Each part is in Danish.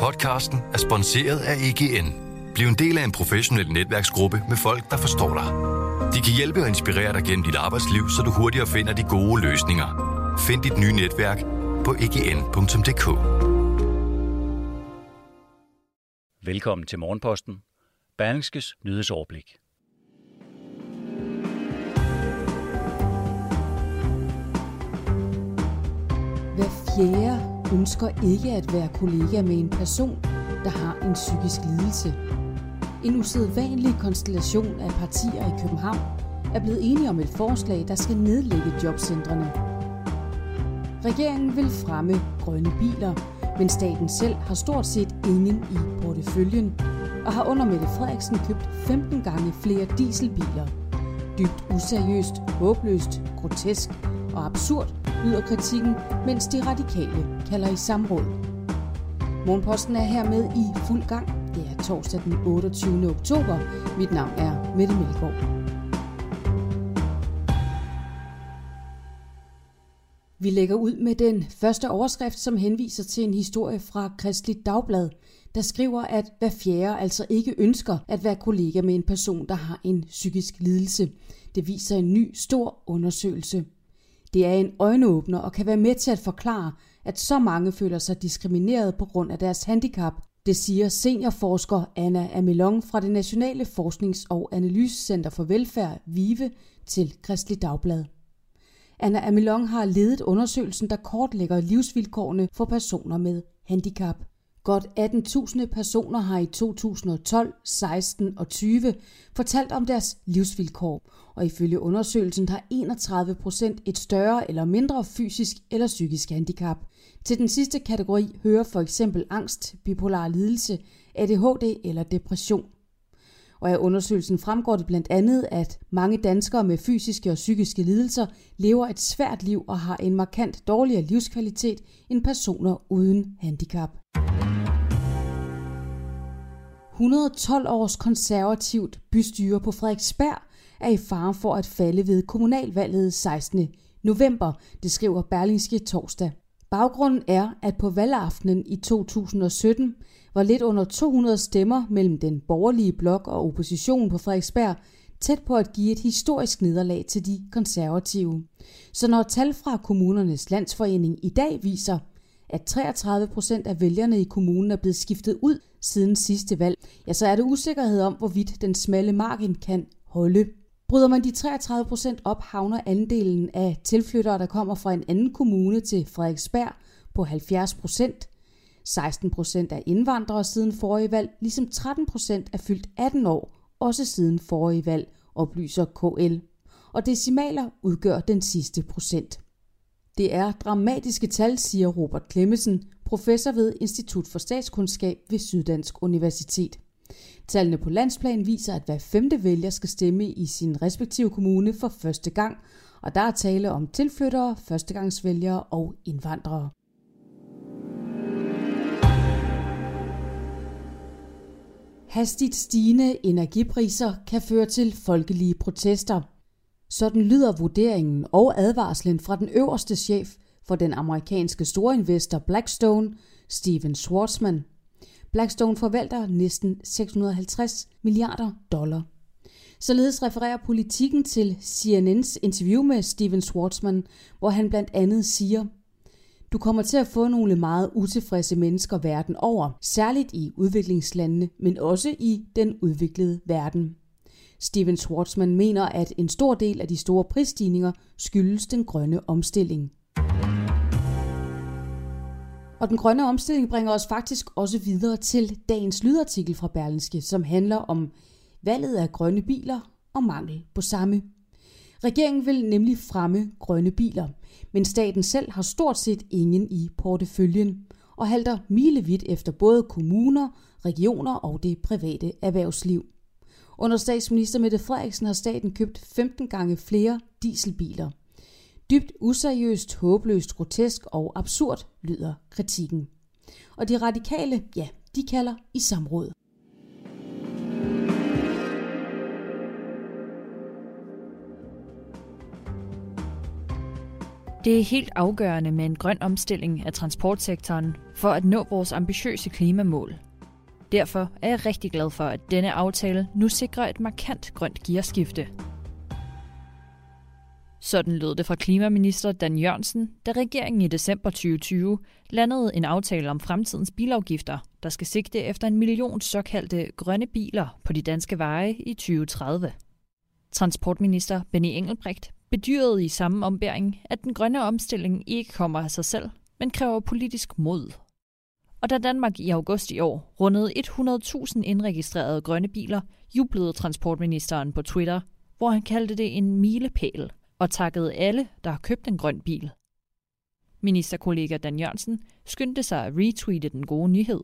Podcasten er sponsoreret af EGN. Bliv en del af en professionel netværksgruppe med folk, der forstår dig. De kan hjælpe og inspirere dig gennem dit arbejdsliv, så du hurtigere finder de gode løsninger. Find dit nye netværk på egn.dk. Velkommen til Morgenposten. Berlingskes nyhedsoverblik. Hver fjerde ønsker ikke at være kollega med en person, der har en psykisk lidelse. En usædvanlig konstellation af partier i København er blevet enige om et forslag, der skal nedlægge jobcentrene. Regeringen vil fremme grønne biler, men staten selv har stort set ingen i porteføljen og har under Mette Frederiksen købt 15 gange flere dieselbiler. Dybt useriøst, håbløst, grotesk og absurd lyder kritikken, mens de radikale kalder i samråd. Morgenposten er hermed i fuld gang. Det er torsdag den 28. oktober. Mit navn er Mette Melgaard. Vi lægger ud med den første overskrift, som henviser til en historie fra Kristeligt Dagblad, der skriver, at hver fjerde altså ikke ønsker at være kollega med en person, der har en psykisk lidelse. Det viser en ny stor undersøgelse. Det er en øjenåbner og kan være med til at forklare, at så mange føler sig diskrimineret på grund af deres handicap. Det siger seniorforsker Anna Amilong fra det Nationale Forsknings- og Analysecenter for Velfærd, VIVE, til Kristeligt Dagblad. Anna Amilong har ledet undersøgelsen, der kortlægger livsvilkårene for personer med handicap. Godt 18.000 personer har i 2012, 16 og 20 fortalt om deres livsvilkår, og ifølge undersøgelsen har 31% et større eller mindre fysisk eller psykisk handicap. Til den sidste kategori hører for eksempel angst, bipolar lidelse, ADHD eller depression. Og af undersøgelsen fremgår det blandt andet, at mange danskere med fysiske og psykiske lidelser lever et svært liv og har en markant dårligere livskvalitet end personer uden handicap. 112 års konservativt bystyre på Frederiksberg er i fare for at falde ved kommunalvalget 16. november, det skriver Berlingske torsdag. Baggrunden er, at på valgaftenen i 2017 var lidt under 200 stemmer mellem den borgerlige blok og oppositionen på Frederiksberg tæt på at give et historisk nederlag til de konservative. Så når tal fra Kommunernes Landsforening i dag viser, at 33% af vælgerne i kommunen er blevet skiftet ud siden sidste valg, ja, så er der usikkerhed om, hvorvidt den smalle margin kan holde. Bryder man de 33% op, havner andelen af tilflyttere, der kommer fra en anden kommune til Frederiksberg, på 70%. 16% er indvandrere siden forrige valg, ligesom 13% er fyldt 18 år, også siden forrige valg, oplyser KL. Og decimaler udgør den sidste procent. Det er dramatiske tal, siger Robert Clemmensen, professor ved Institut for Statskundskab ved Syddansk Universitet. Tallene på landsplan viser, at hver femte vælger skal stemme i sin respektive kommune for første gang, og der er tale om tilflyttere, førstegangsvælgere og indvandrere. Hastigt stigende energipriser kan føre til folkelige protester. Sådan lyder vurderingen og advarslen fra den øverste chef for den amerikanske storinvestor Blackstone, Stephen Schwarzman. Blackstone forvalter næsten $650 milliarder. Således refererer Politiken til CNN's interview med Stephen Schwarzman, hvor han blandt andet siger: "Du kommer til at få nogle meget utilfredse mennesker verden over, særligt i udviklingslandene, men også i den udviklede verden." Stephen Schwarzman mener, at en stor del af de store prisstigninger skyldes den grønne omstilling. Og den grønne omstilling bringer os faktisk også videre til dagens lydartikel fra Berlingske, som handler om valget af grønne biler og mangel på samme. Regeringen vil nemlig fremme grønne biler, men staten selv har stort set ingen i porteføljen og halter milevidt efter både kommuner, regioner og det private erhvervsliv. Under statsminister Mette Frederiksen har staten købt 15 gange flere dieselbiler. Dybt useriøst, håbløst, grotesk og absurd lyder kritikken. Og de radikale, ja, de kalder i samråd. Det er helt afgørende med en grøn omstilling af transportsektoren for at nå vores ambitiøse klimamål. Derfor er jeg rigtig glad for, at denne aftale nu sikrer et markant grønt gearskifte. Sådan lød det fra klimaminister Dan Jørgensen, da regeringen i december 2020 landede en aftale om fremtidens bilafgifter, der skal sigte efter 1 million såkaldte grønne biler på de danske veje i 2030. Transportminister Benny Engelbrecht bedyrede i samme ombæring, at den grønne omstilling ikke kommer af sig selv, men kræver politisk mod. Og da Danmark i august i år rundede 100.000 indregistrerede grønne biler, jublede transportministeren på Twitter, hvor han kaldte det en milepæl og takkede alle, der har købt en grøn bil. Ministerkollega Dan Jørgensen skyndte sig at retweete den gode nyhed.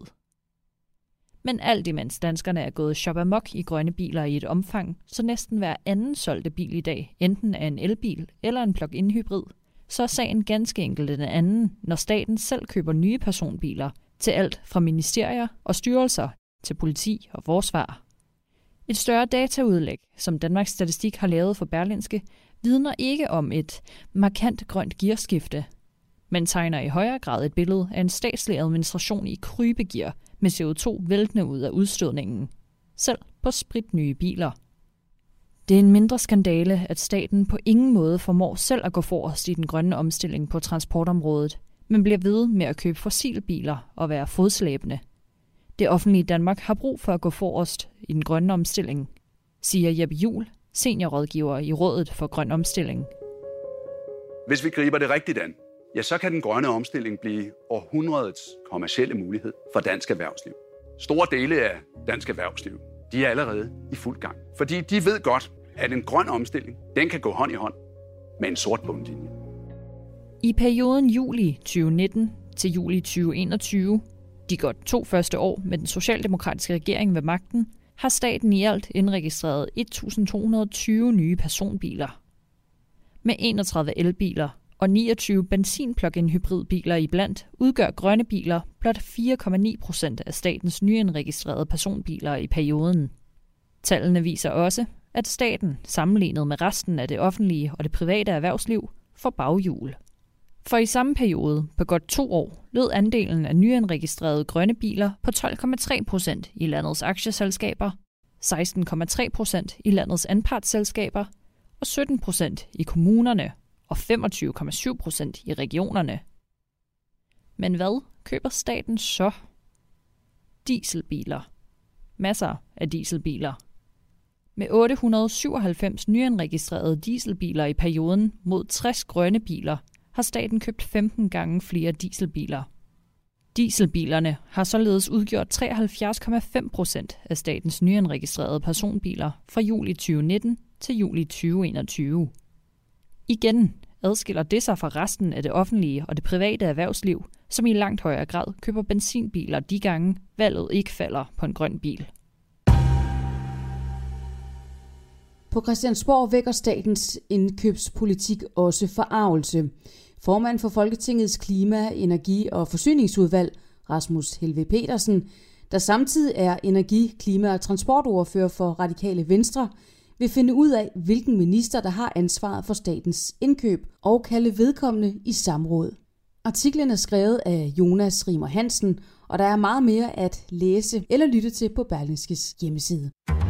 Men alt imens danskerne er gået shop amok i grønne biler i et omfang, så næsten hver anden solgte bil i dag enten er en elbil eller en plug-in hybrid, så er sagen ganske enkelt den anden, når staten selv køber nye personbiler til alt fra ministerier og styrelser til politi og forsvar. Et større dataudlæg, som Danmarks Statistik har lavet for Berlingske, vidner ikke om et markant grønt gearskifte, men tegner i højere grad et billede af en statslig administration i krybegear med CO2 væltende ud af udstødningen, selv på spritnye biler. Det er en mindre skandale, at staten på ingen måde formår selv at gå forrest i den grønne omstilling på transportområdet, men bliver ved med at købe fossilbiler og være fodslæbende. Det offentlige Danmark har brug for at gå forrest i den grønne omstilling, siger Jeppe Juhl, seniorrådgiver i Rådet for Grøn Omstilling. Hvis vi griber det rigtigt an, ja, så kan den grønne omstilling blive århundredets kommercielle mulighed for dansk erhvervsliv. Store dele af dansk erhvervsliv, de er allerede i fuld gang. Fordi de ved godt, at en grøn omstilling, den kan gå hånd i hånd med en sort bundlinje. I perioden juli 2019 til juli 2021, de godt 2 første år med den socialdemokratiske regering ved magten, har staten i alt indregistreret 1.220 nye personbiler. Med 31 elbiler og 29 benzin-plug-in hybridbiler iblandt udgør grønne biler blot 4,9% af statens nyindregistrerede personbiler i perioden. Tallene viser også, at staten, sammenlignet med resten af det offentlige og det private erhvervsliv, får baghjul. For i samme periode, på godt 2 år, lød andelen af nyindregistrerede grønne biler på 12,3% i landets aktieselskaber, 16,3% i landets anpartsselskaber og 17% i kommunerne og 25,7% i regionerne. Men hvad køber staten så? Dieselbiler. Masser af dieselbiler. Med 897 nyindregistrerede dieselbiler i perioden mod 60 grønne biler, har staten købt 15 gange flere dieselbiler. Dieselbilerne har således udgjort 73,5% af statens nyindregistrerede personbiler fra juli 2019 til juli 2021. Igen adskiller det sig fra resten af det offentlige og det private erhvervsliv, som i langt højere grad køber benzinbiler de gange, valget ikke falder på en grøn bil. På Christiansborg vækker statens indkøbspolitik også forargelse. Formand for Folketingets Klima-, Energi- og Forsyningsudvalg, Rasmus Helveg Petersen, der samtidig er energi-, klima- og transportordfører for Radikale Venstre, vil finde ud af, hvilken minister, der har ansvaret for statens indkøb, og kalde vedkommende i samråd. Artiklen er skrevet af Jonas Rimer Hansen, og der er meget mere at læse eller lytte til på Berlingskes hjemmeside.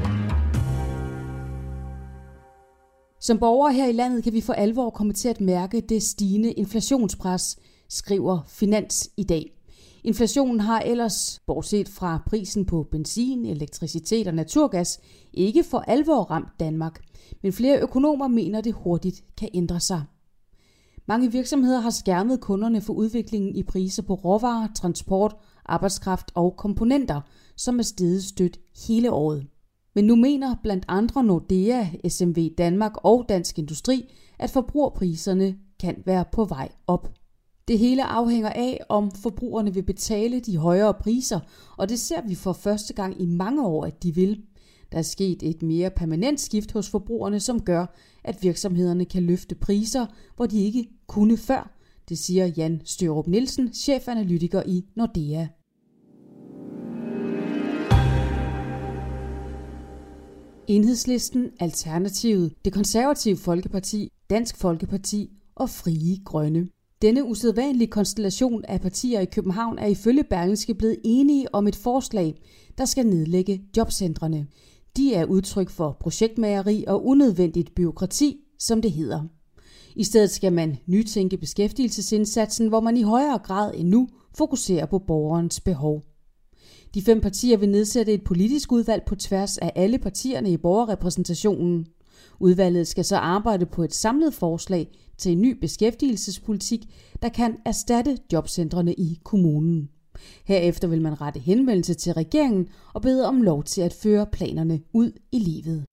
Som borgere her i landet kan vi for alvor komme til at mærke det stigende inflationspres, skriver Finans i dag. Inflationen har ellers, bortset fra prisen på benzin, elektricitet og naturgas, ikke for alvor ramt Danmark, men flere økonomer mener, det hurtigt kan ændre sig. Mange virksomheder har skærmet kunderne for udviklingen i priser på råvarer, transport, arbejdskraft og komponenter, som er steget stødt hele året. Men nu mener blandt andre Nordea, SMV Danmark og Dansk Industri, at forbrugerpriserne kan være på vej op. Det hele afhænger af, om forbrugerne vil betale de højere priser, og det ser vi for første gang i mange år, at de vil. Der er sket et mere permanent skift hos forbrugerne, som gør, at virksomhederne kan løfte priser, hvor de ikke kunne før. Det siger Jan Størup Nielsen, chefanalytiker i Nordea. Enhedslisten, Alternativet, Det Konservative Folkeparti, Dansk Folkeparti og Frie Grønne. Denne usædvanlige konstellation af partier i København er ifølge Berlingske blevet enige om et forslag, der skal nedlægge jobcentrene. De er udtryk for projektmageri og unødvendigt bureaukrati, som det hedder. I stedet skal man nytænke beskæftigelsesindsatsen, hvor man i højere grad end nu fokuserer på borgerens behov. De 5 partier vil nedsætte et politisk udvalg på tværs af alle partierne i borgerrepræsentationen. Udvalget skal så arbejde på et samlet forslag til en ny beskæftigelsespolitik, der kan erstatte jobcentrene i kommunen. Herefter vil man rette henvendelse til regeringen og bede om lov til at føre planerne ud i livet.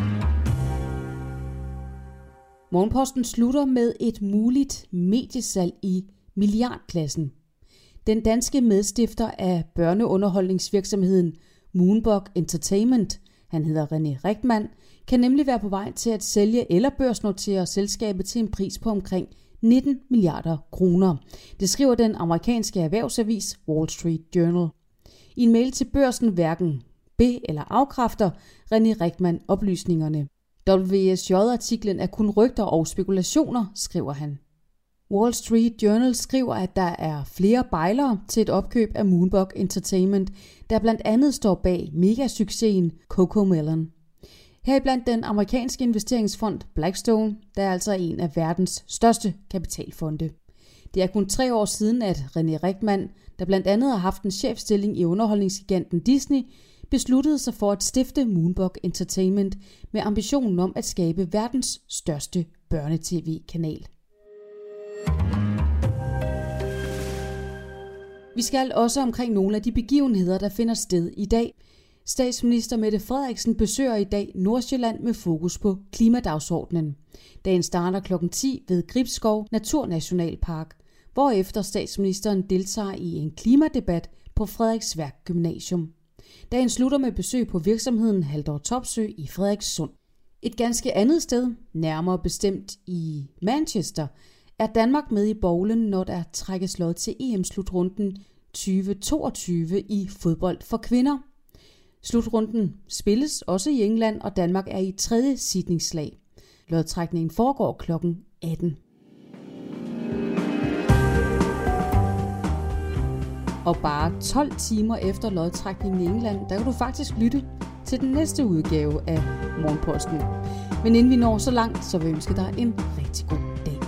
Morgenposten slutter med et muligt mediesalg i milliardklassen. Den danske medstifter af børneunderholdningsvirksomheden Moonbug Entertainment, han hedder René Reichmann, kan nemlig være på vej til at sælge eller børsnotere selskabet til en pris på omkring 19 milliarder kroner. Det skriver den amerikanske erhvervsavis Wall Street Journal. I en mail til børsen hverken eller afkræfter René Reichmann oplysningerne. WSJ-artiklen er kun rygter og spekulationer, skriver han. Wall Street Journal skriver, at der er flere bejlere til et opkøb af Moonbug Entertainment, der blandt andet står bag megasuccesen CoComelon. Heriblandt den amerikanske investeringsfond Blackstone, der er altså en af verdens største kapitalfonde. Det er kun 3 år siden, at René Reichmann, der blandt andet har haft en chefstilling i underholdningsgiganten Disney, besluttede sig for at stifte Moonbug Entertainment med ambitionen om at skabe verdens største børne-tv-kanal. Vi skal også omkring nogle af de begivenheder, der finder sted i dag. Statsminister Mette Frederiksen besøger i dag Nordsjælland med fokus på klimadagsordenen. Dagen starter kl. 10 ved Gribskov Naturnationalpark, hvorefter statsministeren deltager i en klimadebat på Frederiksværk Gymnasium. Dagen slutter med besøg på virksomheden Haldor Topsøe i Frederikssund. Et ganske andet sted, nærmere bestemt i Manchester, er Danmark med i bowlen, når der trækkes lod til EM-slutrunden 2022 i fodbold for kvinder. Slutrunden spilles også i England, og Danmark er i 3. seedningslag. Lodtrækningen foregår kl. 18. Og bare 12 timer efter lodtrækningen i England, der kan du faktisk lytte til den næste udgave af Morgenposten. Men inden vi når så langt, så vil jeg ønske dig en rigtig god dag.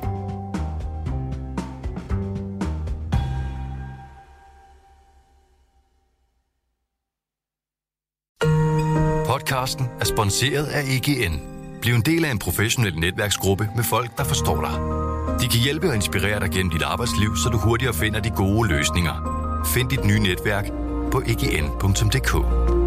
Podcasten er sponsoreret af EGN. Bliv en del af en professionel netværksgruppe med folk, der forstår dig. De kan hjælpe og inspirere dig gennem dit arbejdsliv, så du hurtigere finder de gode løsninger. Find dit nye netværk på egn.dk.